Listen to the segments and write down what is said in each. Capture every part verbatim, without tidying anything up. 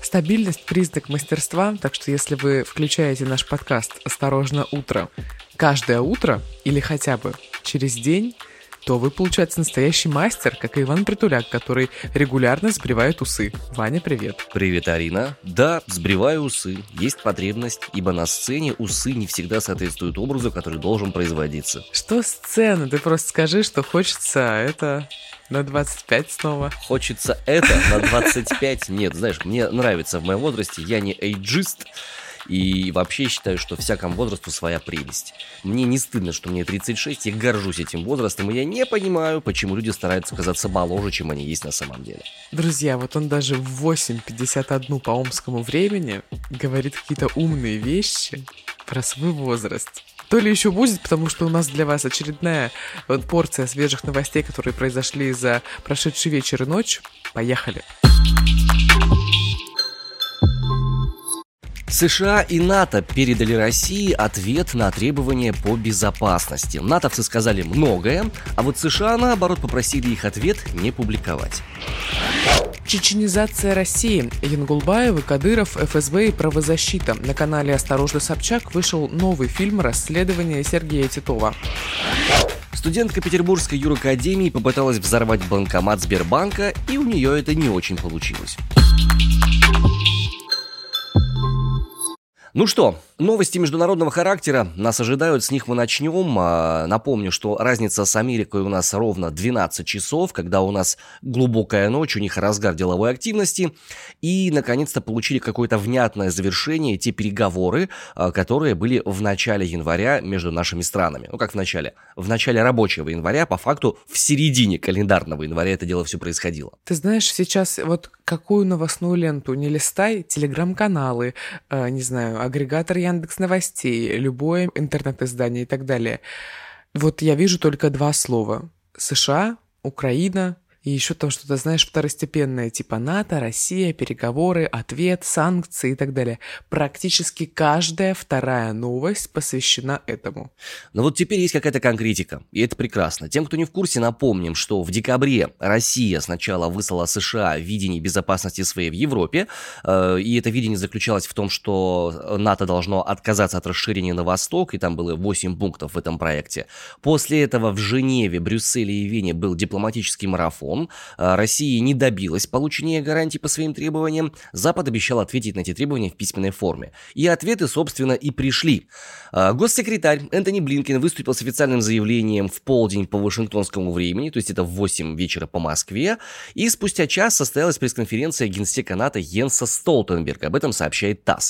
Стабильность – признак мастерства, так что если вы включаете наш подкаст «Осторожно, утро» каждое утро или хотя бы через день, то вы, получается, настоящий мастер, как и Иван Притуляк, который регулярно сбривает усы. Ваня, привет. Привет, Арина. Да, сбриваю усы. Есть потребность, ибо на сцене усы не всегда соответствуют образу, который должен производиться. Что сцена? Ты просто скажи, что хочется это... На двадцать пять снова. Хочется это на двадцать пять? Нет, знаешь, мне нравится в моем возрасте, я не эйджист. И вообще считаю, что всякому возрасту своя прелесть. Мне не стыдно, что мне тридцать шесть, я горжусь этим возрастом, и я не понимаю, почему люди стараются казаться моложе, чем они есть на самом деле. Друзья, вот он даже в восемь пятьдесят один по омскому времени говорит какие-то умные вещи про свой возраст. То ли еще будет, потому что у нас для вас очередная вот порция свежих новостей, которые произошли за прошедший вечер и ночь. Поехали! США и НАТО передали России ответ на требования по безопасности. Натовцы сказали многое, а вот США, наоборот, попросили их ответ не публиковать. Чеченизация России. Янгулбаев, Кадыров, эф эс бэ и правозащита. На канале «Осторожно, Собчак» вышел новый фильм «Расследование Сергея Титова». Студентка Петербургской юракадемии попыталась взорвать банкомат Сбербанка, и у нее это не очень получилось. Ну что, новости международного характера нас ожидают, с них мы начнем. Напомню, что разница с Америкой у нас ровно двенадцать часов, когда у нас глубокая ночь, у них разгар деловой активности. И, наконец-то, получили какое-то внятное завершение те переговоры, которые были в начале января между нашими странами. Ну, как в начале? В начале рабочего января, по факту, в середине календарного января это дело все происходило. Ты знаешь, сейчас вот какую новостную ленту не листай, телеграм-каналы, э, не знаю, агрегатор Яндекс.Новостей, любое интернет-издание и так далее. Вот я вижу только два слова. США, Украина и еще там что-то, знаешь, второстепенное, типа НАТО, Россия, переговоры, ответ, санкции и так далее. Практически каждая вторая новость посвящена этому. Но вот теперь есть какая-то конкретика, и это прекрасно. Тем, кто не в курсе, напомним, что в декабре Россия сначала выслала США видение безопасности своей в Европе, и это видение заключалось в том, что НАТО должно отказаться от расширения на восток, и там было восемь пунктов в этом проекте. После этого в Женеве, Брюсселе и Вене был дипломатический марафон. Россия не добилась получения гарантий по своим требованиям. Запад обещал ответить на эти требования в письменной форме. И ответы, собственно, и пришли. Госсекретарь Энтони Блинкен выступил с официальным заявлением в полдень по вашингтонскому времени, то есть это в восемь вечера по Москве. И спустя час состоялась пресс-конференция генсека НАТО Йенса Столтенберга. Об этом сообщает ТАСС.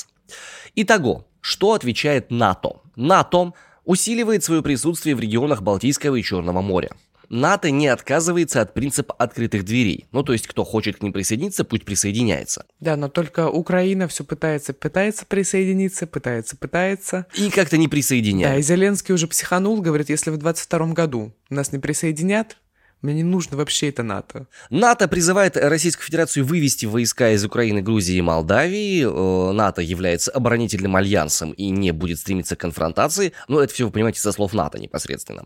Итого, что отвечает НАТО? НАТО усиливает свое присутствие в регионах Балтийского и Черного моря. НАТО не отказывается от принципа открытых дверей. Ну, то есть, кто хочет к ним присоединиться, пусть присоединяется. Да, но только Украина все пытается, пытается присоединиться, пытается, пытается. И как-то не присоединяет. Да, и Зеленский уже психанул, говорит, если в двадцать втором году нас не присоединят, мне не нужно вообще это НАТО. НАТО призывает Российскую Федерацию вывести войска из Украины, Грузии и Молдавии. НАТО является оборонительным альянсом и не будет стремиться к конфронтации. Но это все, вы понимаете, со слов НАТО непосредственно.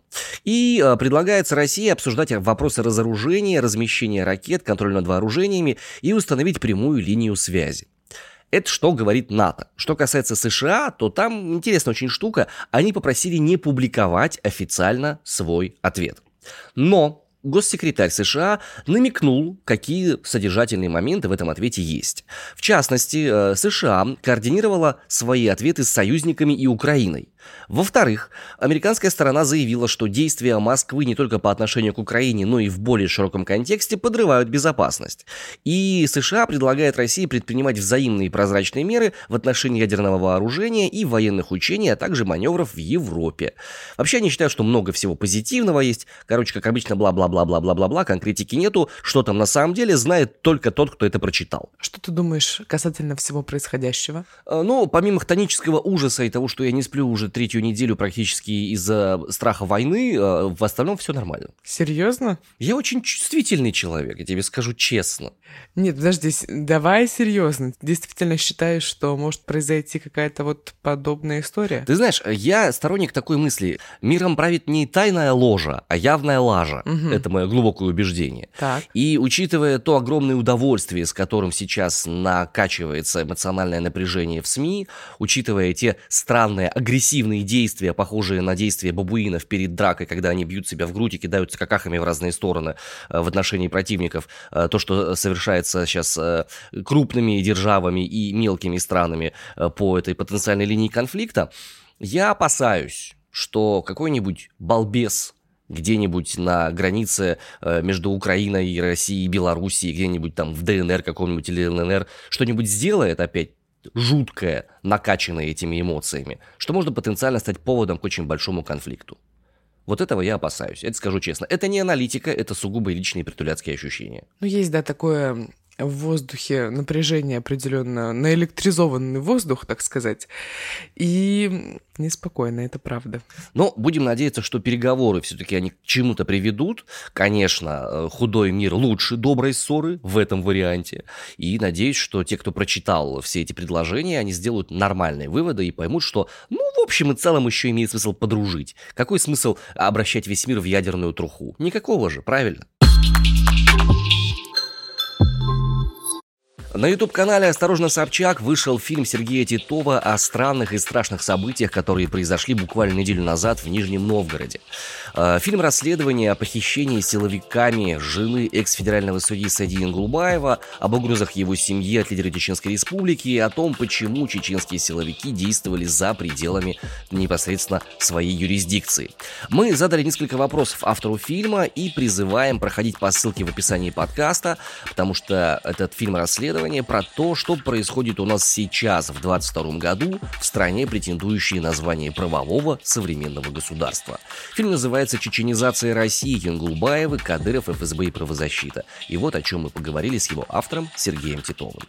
И предлагается России обсуждать вопросы разоружения, размещения ракет, контроля над вооружениями и установить прямую линию связи. Это что говорит НАТО. Что касается США, то там интересная очень штука. Они попросили не публиковать официально свой ответ. Но госсекретарь США намекнул, какие содержательные моменты в этом ответе есть. В частности, США координировала свои ответы с союзниками и Украиной. Во-вторых, американская сторона заявила, что действия Москвы не только по отношению к Украине, но и в более широком контексте подрывают безопасность. И США предлагает России предпринимать взаимные прозрачные меры в отношении ядерного вооружения и военных учений, а также маневров в Европе. Вообще, они считают, что много всего позитивного есть. Короче, как обычно, бла-бла-бла-бла-бла-бла-бла, конкретики нету. Что там на самом деле, знает только тот, кто это прочитал. Что ты думаешь касательно всего происходящего? Ну, помимо хтонического ужаса и того, что я не сплю уже третью неделю практически из-за страха войны, в остальном все нормально. Серьезно? Я очень чувствительный человек, я тебе скажу честно. Нет, подожди, давай серьезно. Ты действительно считаешь, что может произойти какая-то вот подобная история? Ты знаешь, я сторонник такой мысли. Миром правит не тайная ложа, а явная лажа. Угу. Это Это мое глубокое убеждение. Так. И учитывая то огромное удовольствие, с которым сейчас накачивается эмоциональное напряжение в СМИ, учитывая те странные агрессивные действия, похожие на действия бабуинов перед дракой, когда они бьют себя в грудь и кидаются какахами в разные стороны в отношении противников, то, что совершается сейчас крупными державами и мелкими странами по этой потенциальной линии конфликта, я опасаюсь, что какой-нибудь балбес где-нибудь на границе между Украиной и Россией и Белоруссией, где-нибудь там в ДНР каком-нибудь или ЛНР, что-нибудь сделает опять жуткое, накачанное этими эмоциями, что можно потенциально стать поводом к очень большому конфликту. Вот этого я опасаюсь, это скажу честно. Это не аналитика, это сугубо личные притулятские ощущения. Ну, есть, да, такое в воздухе напряжение определенно, наэлектризованный воздух, так сказать, и неспокойно, это правда. Но будем надеяться, что переговоры все-таки они к чему-то приведут. Конечно, худой мир лучше доброй ссоры в этом варианте. И надеюсь, что те, кто прочитал все эти предложения, они сделают нормальные выводы и поймут, что, ну, в общем и целом еще имеет смысл подружить. Какой смысл обращать весь мир в ядерную труху? Никакого же, правильно? На ютуб-канале «Осторожно, Собчак» вышел фильм Сергея Титова о странных и страшных событиях, которые произошли буквально неделю назад в Нижнем Новгороде. Фильм расследования о похищении силовиками жены экс-федерального судьи Сади Ингулбаева, об угрозах его семьи от лидера Чеченской Республики и о том, почему чеченские силовики действовали за пределами непосредственно своей юрисдикции. Мы задали несколько вопросов автору фильма и призываем проходить по ссылке в описании подкаста, потому что этот фильм расследования про то, что происходит у нас сейчас, в двадцать втором году, в стране, претендующей на звание правового современного государства. Фильм называется «Чеченизация России. Ингулбаевы, Кадыров, эф эс бэ и правозащита». И вот о чем мы поговорили с его автором Сергеем Титовым.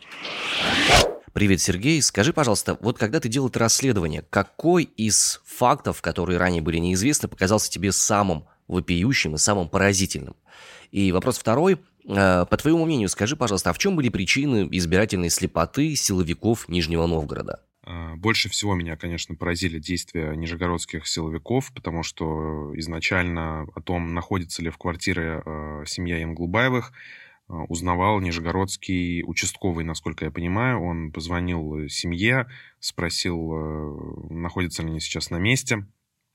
Привет, Сергей. Скажи, пожалуйста, вот когда ты делал это расследование, какой из фактов, которые ранее были неизвестны, показался тебе самым вопиющим и самым поразительным? И вопрос второй. По твоему мнению, скажи, пожалуйста, а в чем были причины избирательной слепоты силовиков Нижнего Новгорода? Больше всего меня, конечно, поразили действия нижегородских силовиков, потому что изначально о том, находится ли в квартире семья Ингулбаевых, узнавал нижегородский участковый, насколько я понимаю. Он позвонил семье, спросил, находятся ли они сейчас на месте.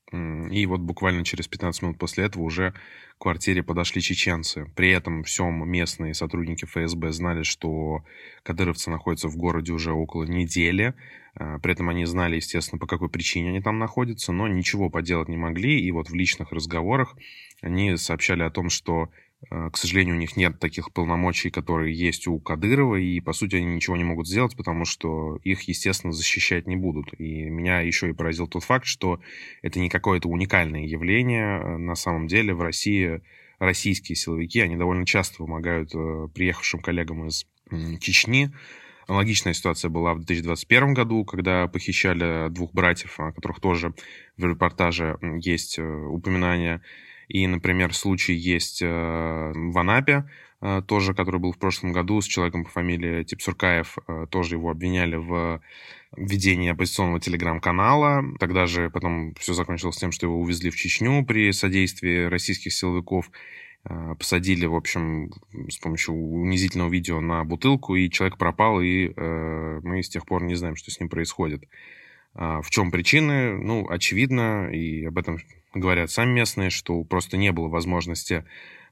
И вот буквально через пятнадцать минут после этого уже к квартире подошли чеченцы. При этом всем местные сотрудники эф эс бэ знали, что кадыровцы находятся в городе уже около недели. При этом они знали, естественно, по какой причине они там находятся, но ничего поделать не могли. И вот в личных разговорах они сообщали о том, что, к сожалению, у них нет таких полномочий, которые есть у Кадырова, и, по сути, они ничего не могут сделать, потому что их, естественно, защищать не будут. И меня еще и поразил тот факт, что это не какое-то уникальное явление. На самом деле в России российские силовики, они довольно часто помогают приехавшим коллегам из Чечни. Аналогичная ситуация была в две тысячи двадцать первом году, когда похищали двух братьев, о которых тоже в репортаже есть упоминание. И, например, случай есть в Анапе, тоже, который был в прошлом году, с человеком по фамилии Типсуркаев. Тоже его обвиняли в ведении оппозиционного телеграм-канала. Тогда же потом все закончилось тем, что его увезли в Чечню при содействии российских силовиков. Посадили, в общем, с помощью унизительного видео на бутылку, и человек пропал, и мы с тех пор не знаем, что с ним происходит. В чем причины? Ну, очевидно, и об этом говорят сами местные, что просто не было возможности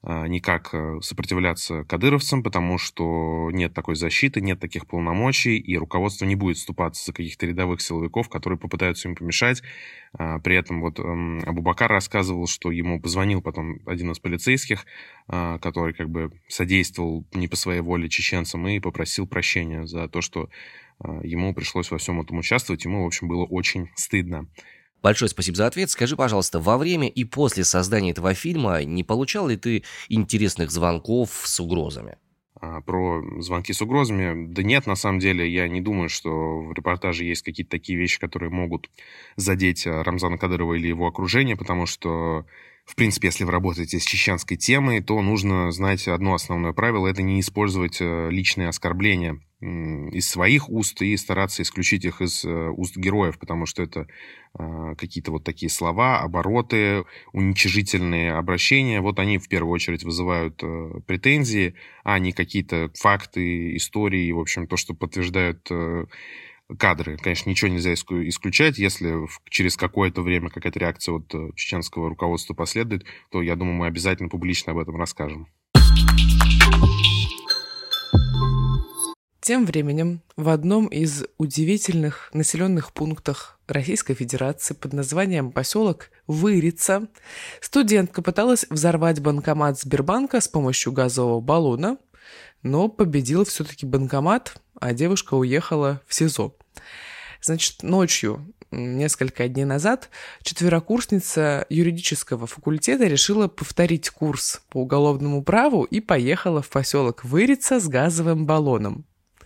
никак сопротивляться кадыровцам, потому что нет такой защиты, нет таких полномочий, и руководство не будет вступаться за каких-то рядовых силовиков, которые попытаются им помешать. При этом вот Абубакар рассказывал, что ему позвонил потом один из полицейских, который как бы содействовал не по своей воле чеченцам, и попросил прощения за то, что ему пришлось во всем этом участвовать. Ему, в общем, было очень стыдно. Большое спасибо за ответ. Скажи, пожалуйста, во время и после создания этого фильма не получал ли ты интересных звонков с угрозами? Про звонки с угрозами? Да нет, на самом деле, я не думаю, что в репортаже есть какие-то такие вещи, которые могут задеть Рамзана Кадырова или его окружение, потому что В принципе, если вы работаете с чеченской темой, то нужно знать одно основное правило – это не использовать личные оскорбления из своих уст и стараться исключить их из уст героев, потому что это какие-то вот такие слова, обороты, уничижительные обращения. Вот они в первую очередь вызывают претензии, а не какие-то факты, истории, в общем, то, что подтверждают кадры. Конечно, ничего нельзя исключать. Если через какое-то время какая-то реакция от чеченского руководства последует, то, я думаю, мы обязательно публично об этом расскажем. Тем временем в одном из удивительных населенных пунктов Российской Федерации под названием поселок Вырица студентка пыталась взорвать банкомат Сбербанка с помощью газового баллона, но победил все-таки банкомат, а девушка уехала в СИЗО. Значит, ночью, несколько дней назад, четверокурсница юридического факультета решила повторить курс по уголовному праву и поехала в поселок Вырица с газовым баллоном.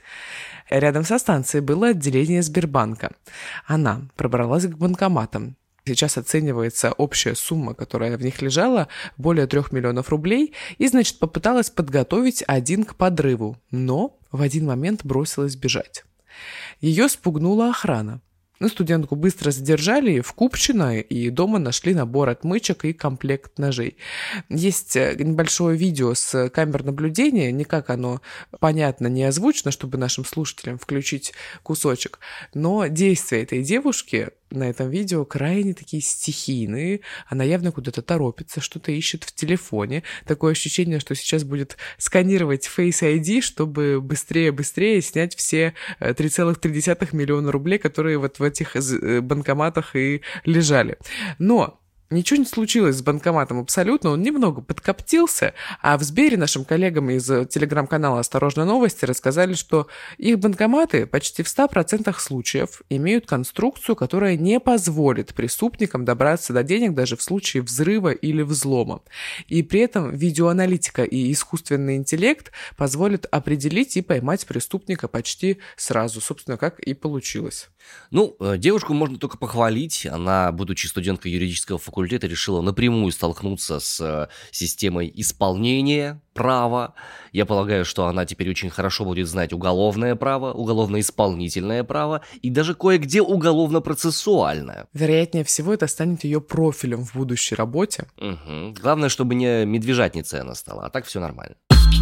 Рядом со станцией было отделение Сбербанка. Она пробралась к банкоматам. Сейчас оценивается общая сумма, которая в них лежала, более трех миллионов рублей, и, значит, попыталась подготовить один к подрыву, но в один момент бросилась бежать. Ее спугнула охрана. Ну, студентку быстро задержали в Купчино, и дома нашли набор отмычек и комплект ножей. Есть небольшое видео с камер наблюдения, никак оно понятно не озвучено, чтобы нашим слушателям включить кусочек, но действия этой девушки на этом видео крайне такие стихийные. Она явно куда-то торопится, что-то ищет в телефоне. Такое ощущение, что сейчас будет сканировать Face ай ди, чтобы быстрее-быстрее снять все три целых три десятых миллиона рублей, которые вот в этих банкоматах и лежали. Но ничего не случилось с банкоматом абсолютно, он немного подкоптился, а в Сбере нашим коллегам из телеграм-канала «Осторожно, новости» рассказали, что их банкоматы почти в ста процентах случаев имеют конструкцию, которая не позволит преступникам добраться до денег даже в случае взрыва или взлома. И при этом видеоаналитика и искусственный интеллект позволят определить и поймать преступника почти сразу, собственно, как и получилось. Ну, девушку можно только похвалить. Она, будучи студенткой юридического факультета, решила напрямую столкнуться с системой исполнения права. Я полагаю, что она теперь очень хорошо будет знать уголовное право, уголовно-исполнительное право и даже кое-где уголовно-процессуальное. Вероятнее всего, это станет ее профилем в будущей работе. Угу. Главное, чтобы не медвежатницей она стала, а так все нормально.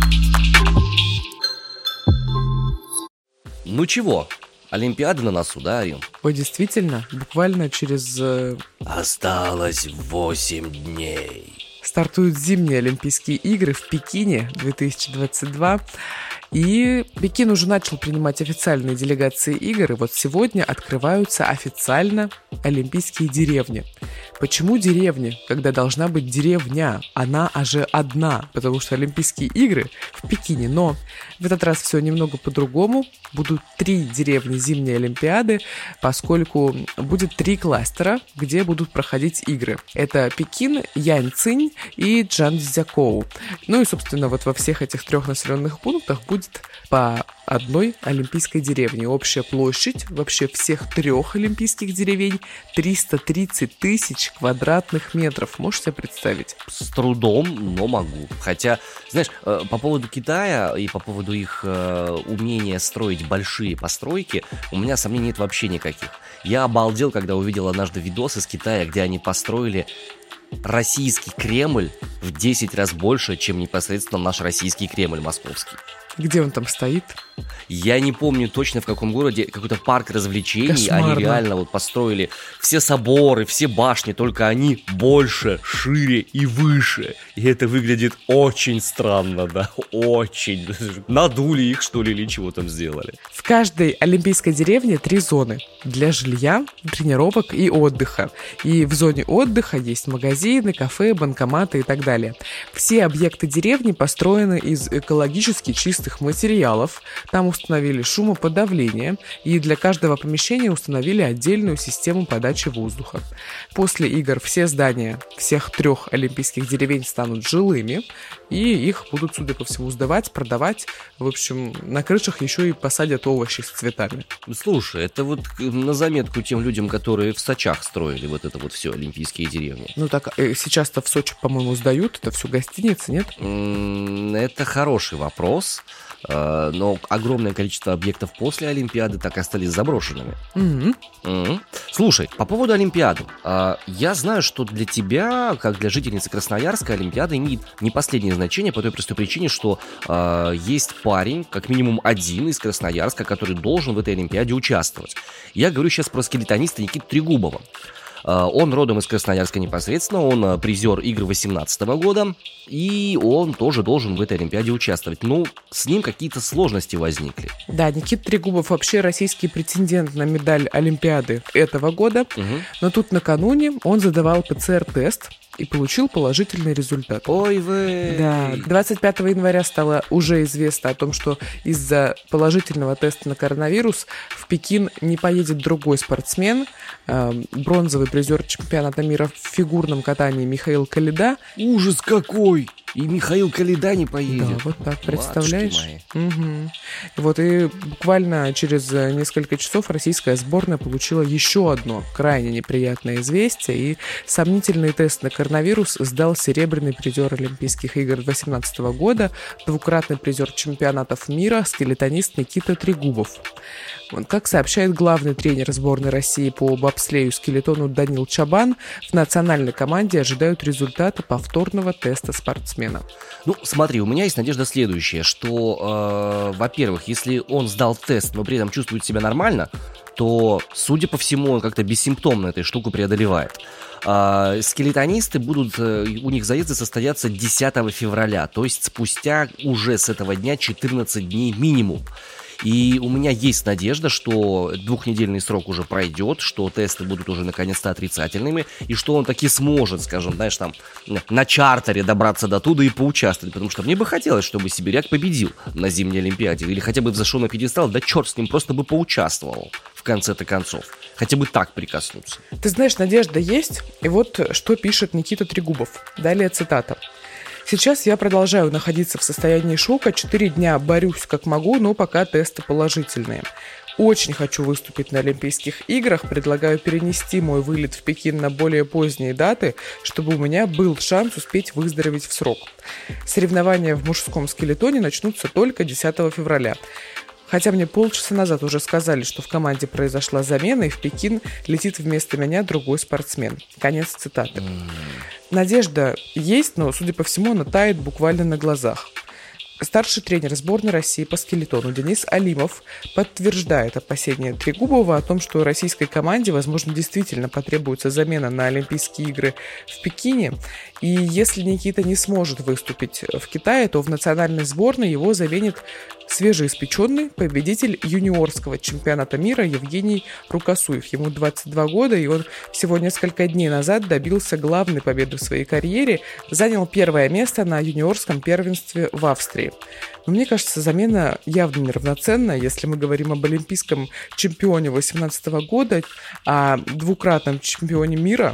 Ну чего? Олимпиада на носу, да, Арин? Ой, действительно, буквально через... Осталось восемь дней. Стартуют зимние Олимпийские игры в Пекине две тысячи двадцать два. И Пекин уже начал принимать официальные делегации игр, и вот сегодня открываются официально олимпийские деревни. Почему деревни, когда должна быть деревня? Она же одна, потому что Олимпийские игры в Пекине. Но в этот раз все немного по-другому. Будут три деревни зимней Олимпиады, поскольку будет три кластера, где будут проходить игры. Это Пекин, Яньцинь и Чжанцзякоу. Ну и, собственно, вот во всех этих трех населенных пунктах будет по одной олимпийской деревне. Общая площадь вообще всех трех олимпийских деревень триста тридцать тысяч квадратных метров. Можете себе представить? С трудом, но могу. Хотя, знаешь, по поводу Китая и по поводу их умения строить большие постройки, у меня сомнений нет вообще никаких. Я обалдел, когда увидел однажды видос из Китая, где они построили российский Кремль в десять раз больше, чем непосредственно наш российский Кремль московский. Где он там стоит? Я не помню точно в каком городе, какой-то парк развлечений. Кошмарно. Они реально вот построили все соборы, все башни, только они больше, шире и выше. И это выглядит очень странно, да, очень. Надули их, что ли, или чего там сделали. В каждой олимпийской деревне три зоны для жилья, тренировок и отдыха. И в зоне отдыха есть магазины, кафе, банкоматы и так далее. Все объекты деревни построены из экологически чистых чистых материалов, там установили шумоподавление и для каждого помещения установили отдельную систему подачи воздуха. После игр все здания всех трех олимпийских деревень станут жилыми, и их будут, судя по всему, сдавать, продавать. В общем, на крышах еще и посадят овощи с цветами. Слушай, это вот на заметку тем людям, которые в Сочах строили вот это вот все олимпийские деревни. Ну так, сейчас-то в Сочи, по-моему, сдают, это все гостиницы, нет? Это хороший вопрос. Но огромное количество объектов после Олимпиады так и остались заброшенными. Mm-hmm. Mm-hmm. Слушай, по поводу Олимпиады. Я знаю, что для тебя, как для жительницы Красноярска, Олимпиада имеет не последнее значение по той простой причине, что есть парень, как минимум один из Красноярска, который должен в этой Олимпиаде участвовать. Я говорю сейчас про скелетониста Никиту Трегубова. Он родом из Красноярска непосредственно, он призер игр восемнадцатого года, и он тоже должен в этой Олимпиаде участвовать. Ну, с ним какие-то сложности возникли. Да, Никита Трегубов вообще российский претендент на медаль Олимпиады этого года, угу. но тут накануне он задавал ПЦР-тест и получил положительный результат. Ой вы! Да, двадцать пятого января стало уже известно о том, что из-за положительного теста на коронавирус в Пекин не поедет другой спортсмен, бронзовый призер чемпионата мира в фигурном катании Михаил Калида. Ужас какой! И Михаил Калида не поедет. Да, вот так, представляешь? Мои. Угу. Вот и буквально через несколько часов российская сборная получила еще одно крайне неприятное известие, и сомнительный тест на коронавирус сдал серебряный призер Олимпийских игр две тысячи восемнадцатого года, двукратный призер чемпионатов мира, скелетонист Никита Трегубов. Как сообщает главный тренер сборной России по бобслею скелетону Данил Чабан, в национальной команде ожидают результата повторного теста спортсмена. Ну, смотри, у меня есть надежда следующая, что, э, во-первых, если он сдал тест, но при этом чувствует себя нормально, то, судя по всему, он как-то бессимптомно эту штуку преодолевает. А, скелетонисты будут, у них заезды состоятся десятого февраля, то есть спустя уже с этого дня четырнадцать дней минимум. И у меня есть надежда, что двухнедельный срок уже пройдет, что тесты будут уже наконец-то отрицательными, и что он таки сможет, скажем, знаешь, там, на чартере добраться до туда и поучаствовать. Потому что мне бы хотелось, чтобы сибиряк победил на зимней Олимпиаде, или хотя бы взошел на пьедестал, да черт с ним, просто бы поучаствовал в конце-то концов. Хотя бы так прикоснуться. Ты знаешь, надежда есть, и вот что пишет Никита Трегубов. Далее цитата. Сейчас я продолжаю находиться в состоянии шока, четыре дня борюсь как могу, но пока тесты положительные. Очень хочу выступить на Олимпийских играх, предлагаю перенести мой вылет в Пекин на более поздние даты, чтобы у меня был шанс успеть выздороветь в срок. Соревнования в мужском скелетоне начнутся только десятого февраля. Хотя мне полчаса назад уже сказали, что в команде произошла замена, и в Пекин летит вместо меня другой спортсмен. Конец цитаты. Надежда есть, но, судя по всему, она тает буквально на глазах. Старший тренер сборной России по скелетону Денис Алимов подтверждает опасения Трегубова о том, что российской команде, возможно, действительно потребуется замена на Олимпийские игры в Пекине. И если Никита не сможет выступить в Китае, то в национальной сборной его заменит свежеиспеченный победитель юниорского чемпионата мира Евгений Рукосуев. Ему двадцать два года, и он всего несколько дней назад добился главной победы в своей карьере, занял первое место на юниорском первенстве в Австрии. Но мне кажется, замена явно неравноценна, если мы говорим об олимпийском чемпионе восемнадцатого года, о двукратном чемпионе мира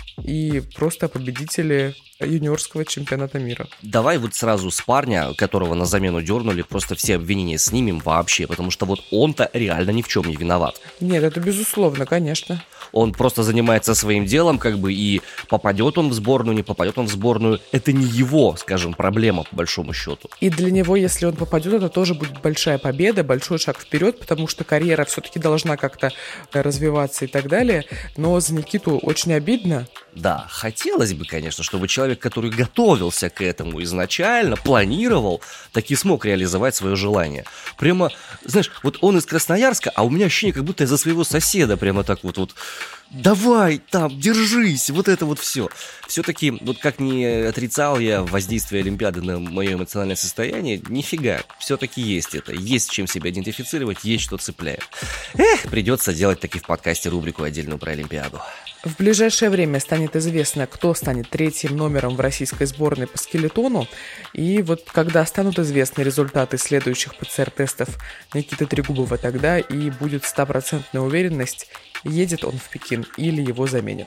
и просто о победителе юниорского чемпионата мира. Давай вот сразу с парня, которого на замену дернули, просто все обвинения снимем вообще, потому что вот он-то реально ни в чем не виноват. Нет, это безусловно, конечно. Он просто занимается своим делом, как бы, и попадет он в сборную, не попадет он в сборную, это не его, скажем, проблема, по большому счету. И для него, если он попадет, это тоже будет большая победа, большой шаг вперед, потому что карьера все-таки должна как-то развиваться и так далее. Но за Никиту очень обидно. Да, хотелось бы, конечно, чтобы человек, который готовился к этому изначально, планировал, таки смог реализовать свое желание. Прямо, знаешь, вот он из Красноярска, а у меня ощущение, как будто я за своего соседа прямо так вот, вот давай, там, держись, вот это вот все. Все-таки, вот как не отрицал я воздействие Олимпиады на мое эмоциональное состояние, нифига, все-таки есть это, есть с чем себя идентифицировать, есть что цепляет. Эх, придется делать таки в подкасте рубрику отдельную про Олимпиаду. В ближайшее время станет известно, кто станет третьим номером в российской сборной по скелетону. И вот когда станут известны результаты следующих ПЦР-тестов Никиты Трегубова, тогда и будет стопроцентная уверенность, едет он в Пекин или его заменят.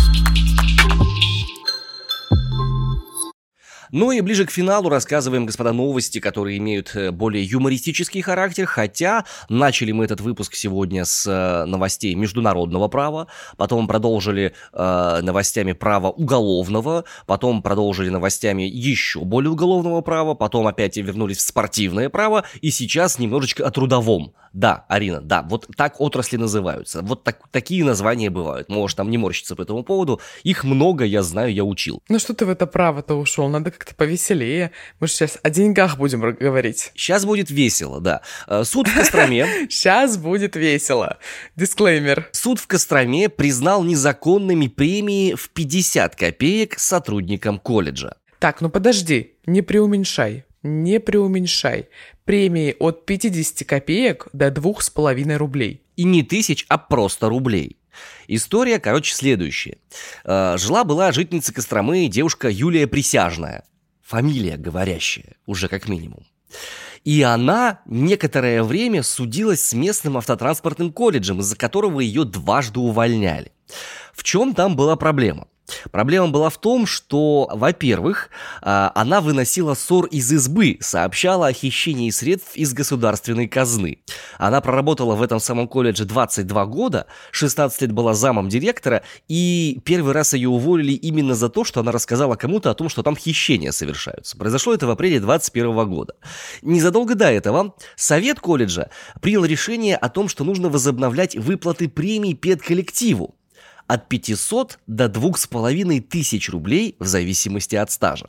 Ну и ближе к финалу рассказываем, господа, новости, которые имеют более юмористический характер, хотя начали мы этот выпуск сегодня с новостей международного права, потом продолжили э, новостями права уголовного, потом продолжили новостями еще более уголовного права, потом опять вернулись в спортивное право, и сейчас немножечко о трудовом. Да, Арина, да, вот так отрасли называются, вот так, такие названия бывают, можешь там не морщиться по этому поводу, их много, я знаю, я учил. Ну что ты в это право-то ушел, надо как-то повеселее, мы же сейчас о деньгах будем говорить. Сейчас будет весело, да. Суд в Костроме... Сейчас будет весело, дисклеймер. Суд в Костроме признал незаконными премии в пятьдесят копеек сотрудникам колледжа. Так, ну подожди, не преуменьшай. Не преуменьшай. Премии от пятьдесят копеек до двух с половиной рублей. И не тысяч, а просто рублей. История, короче, следующая. Жила-была жительница Костромы девушка Юлия Присяжная. Фамилия говорящая, уже как минимум. И она некоторое время судилась с местным автотранспортным колледжем, из-за которого ее дважды увольняли. В чем там была проблема? Проблема была в том, что, во-первых, она выносила ссор из избы, сообщала о хищении средств из государственной казны. Она проработала в этом самом колледже двадцать два года, шестнадцать лет была замом директора, и первый раз ее уволили именно за то, что она рассказала кому-то о том, что там хищения совершаются. Произошло это в апреле двадцать первого года. Незадолго до этого совет колледжа принял решение о том, что нужно возобновлять выплаты премий педколлективу от пятисот до двух с половиной тысяч рублей в зависимости от стажа.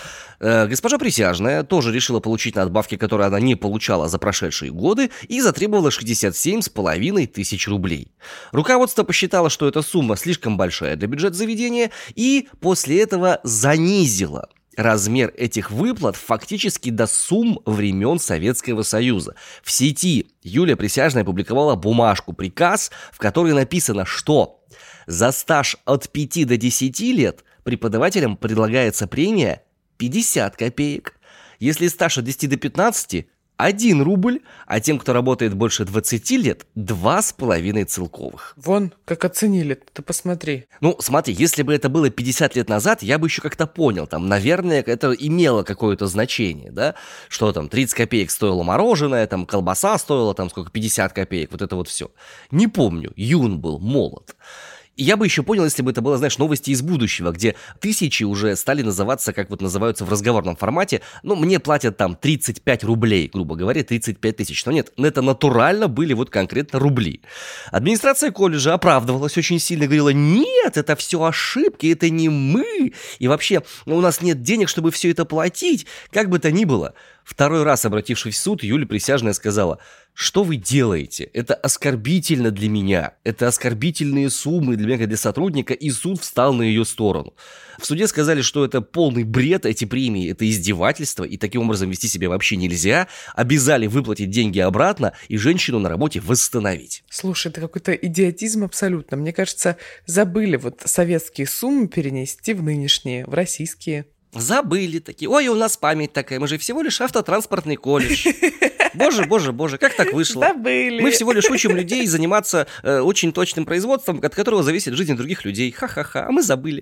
Э, госпожа Присяжная тоже решила получить надбавки, которые она не получала за прошедшие годы, и затребовала шестьдесят семь с половиной тысяч рублей. Руководство посчитало, что эта сумма слишком большая для бюджета заведения, и после этого занизило размер этих выплат фактически до сумм времен Советского Союза. В сети Юлия Присяжная опубликовала бумажку, приказ, в которой написано, что за стаж от пяти до десяти лет преподавателям предлагается премия пятьдесят копеек. Если стаж от десяти до пятнадцати – один рубль, а тем, кто работает больше двадцати лет, два с половиной целковых. Вон, как оценили, ты посмотри. Ну, смотри, если бы это было пятьдесят лет назад, я бы еще как-то понял, там, наверное, это имело какое-то значение, да, что там тридцать копеек стоило мороженое, там, колбаса стоила, там, сколько, пятьдесят копеек, вот это вот все. Не помню, юн был, молод. И я бы еще понял, если бы это было, знаешь, новости из будущего, где тысячи уже стали называться, как вот называются в разговорном формате, ну, мне платят там тридцать пять рублей, грубо говоря, тридцать пять тысяч. Но нет, это натурально были вот конкретно рубли. Администрация колледжа оправдывалась очень сильно, говорила, нет, это все ошибки, это не мы, и вообще у нас нет денег, чтобы все это платить, как бы то ни было. Второй раз, обратившись в суд, Юлия Присяжная сказала, что вы делаете? Это оскорбительно для меня. Это оскорбительные суммы для меня, как для сотрудника, и суд встал на ее сторону. В суде сказали, что это полный бред, эти премии, это издевательство, и таким образом вести себя вообще нельзя. Обязали выплатить деньги обратно и женщину на работе восстановить. Слушай, это какой-то идиотизм абсолютно. Мне кажется, забыли вот советские суммы перенести в нынешние, в российские. Забыли такие. Ой, у нас память такая, мы же всего лишь автотранспортный колледж. Боже, боже, боже, как так вышло? Забыли. Мы всего лишь учим людей заниматься э, очень точным производством, от которого зависит жизнь других людей. Ха-ха-ха, а мы забыли.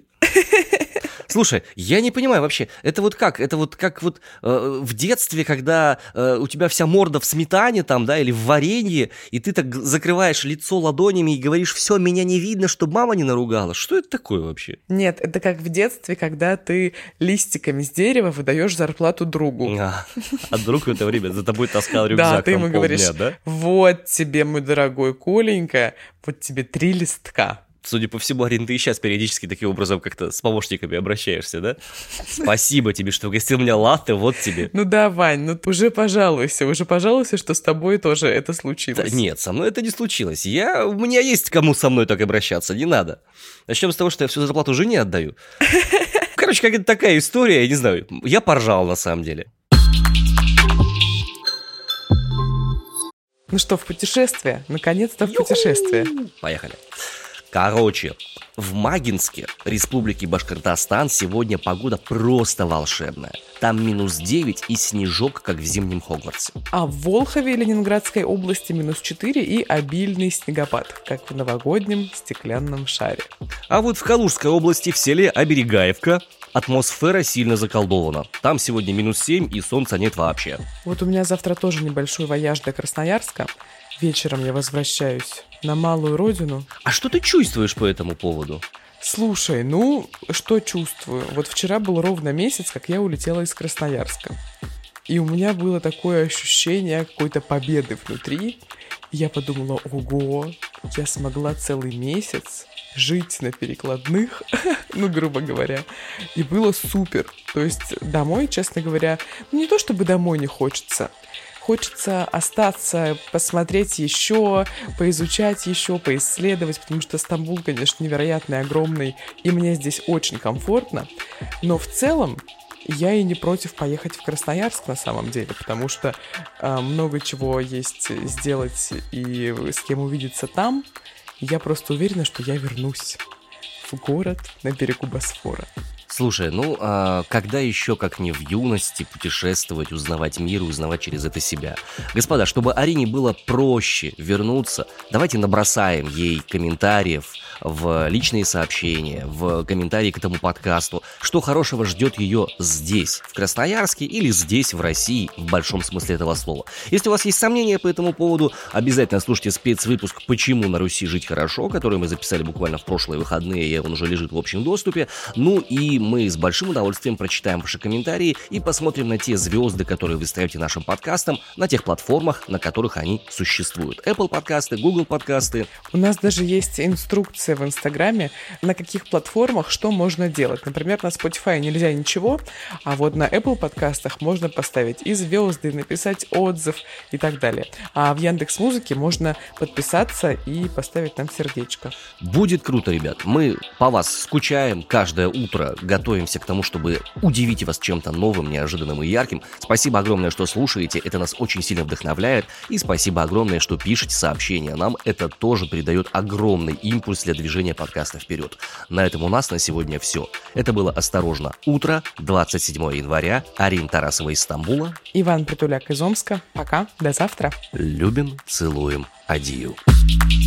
Слушай, я не понимаю вообще, это вот как? Это вот как вот э, в детстве, когда э, у тебя вся морда в сметане там, да, или в варенье, и ты так закрываешь лицо ладонями и говоришь, все, меня не видно, чтобы мама не наругала. Что это такое вообще? Нет, это как в детстве, когда ты листиками с дерева выдаешь зарплату другу. А, а друг в это время за тобой таскал рюкзак. Да, ты ему говоришь, да? Вот тебе, мой дорогой Коленька, вот тебе три листка. Судя по всему, Арин, ты и сейчас периодически таким образом как-то с помощниками обращаешься, да? Спасибо тебе, что угостил меня латте, вот тебе. Ну да, Вань, ну ты уже пожалуйся, уже пожалуйся, что с тобой тоже это случилось. Да, нет, со мной это не случилось. Я, у меня есть кому со мной так обращаться, не надо. Начнем с того, что я всю зарплату жене отдаю. Короче, какая-то такая история, я не знаю, я поржал на самом деле. Ну что, в путешествие? Наконец-то в путешествие. Поехали. Короче, в Магинске, Республике Башкортостан, сегодня погода просто волшебная. Там минус девять и снежок, как в зимнем Хогвартсе. А в Волхове и Ленинградской области минус четыре и обильный снегопад, как в новогоднем стеклянном шаре. А вот в Калужской области в селе Оберегаевка атмосфера сильно заколдована. Там сегодня минус семь и солнца нет вообще. Вот у меня завтра тоже небольшой вояж до Красноярска. Вечером я возвращаюсь на малую родину. А что ты чувствуешь по этому поводу? Слушай, ну, что чувствую? Вот вчера был ровно месяц, как я улетела из Красноярска. И у меня было такое ощущение какой-то победы внутри. И я подумала, ого, я смогла целый месяц жить на перекладных, ну, грубо говоря. И было супер. То есть домой, честно говоря, ну, не то чтобы домой не хочется. Хочется остаться, посмотреть еще, поизучать еще, поисследовать, потому что Стамбул, конечно, невероятный, огромный, и мне здесь очень комфортно. Но в целом я и не против поехать в Красноярск на самом деле, потому что э, много чего есть сделать и с кем увидеться там. Я просто уверена, что я вернусь в город на берегу Босфора. Слушай, ну, а когда еще, как не в юности, путешествовать, узнавать мир и узнавать через это себя? Господа, чтобы Арине было проще вернуться, давайте набросаем ей комментариев в личные сообщения, в комментарии к этому подкасту, что хорошего ждет ее здесь, в Красноярске, или здесь, в России, в большом смысле этого слова. Если у вас есть сомнения по этому поводу, обязательно слушайте спецвыпуск «Почему на Руси жить хорошо», который мы записали буквально в прошлые выходные, и он уже лежит в общем доступе. Ну и мы с большим удовольствием прочитаем ваши комментарии и посмотрим на те звезды, которые вы ставите нашим подкастам, на тех платформах, на которых они существуют. Apple подкасты, Google подкасты. У нас даже есть инструкция в Инстаграме, на каких платформах что можно делать. Например, на Spotify нельзя ничего, а вот на Apple подкастах можно поставить и звезды, написать отзыв и так далее. А в Яндекс.Музыке можно подписаться и поставить нам сердечко. Будет круто, ребят. Мы по вас скучаем каждое утро, готовимся к тому, чтобы удивить вас чем-то новым, неожиданным и ярким. Спасибо огромное, что слушаете, это нас очень сильно вдохновляет. И спасибо огромное, что пишете сообщения. Нам это тоже придает огромный импульс для движения подкаста вперед. На этом у нас на сегодня все. Это было «Осторожно, утро», двадцать седьмого января. Арина Тарасова из Стамбула. Иван Притуляк из Омска. Пока, до завтра. Любим, целуем, адью.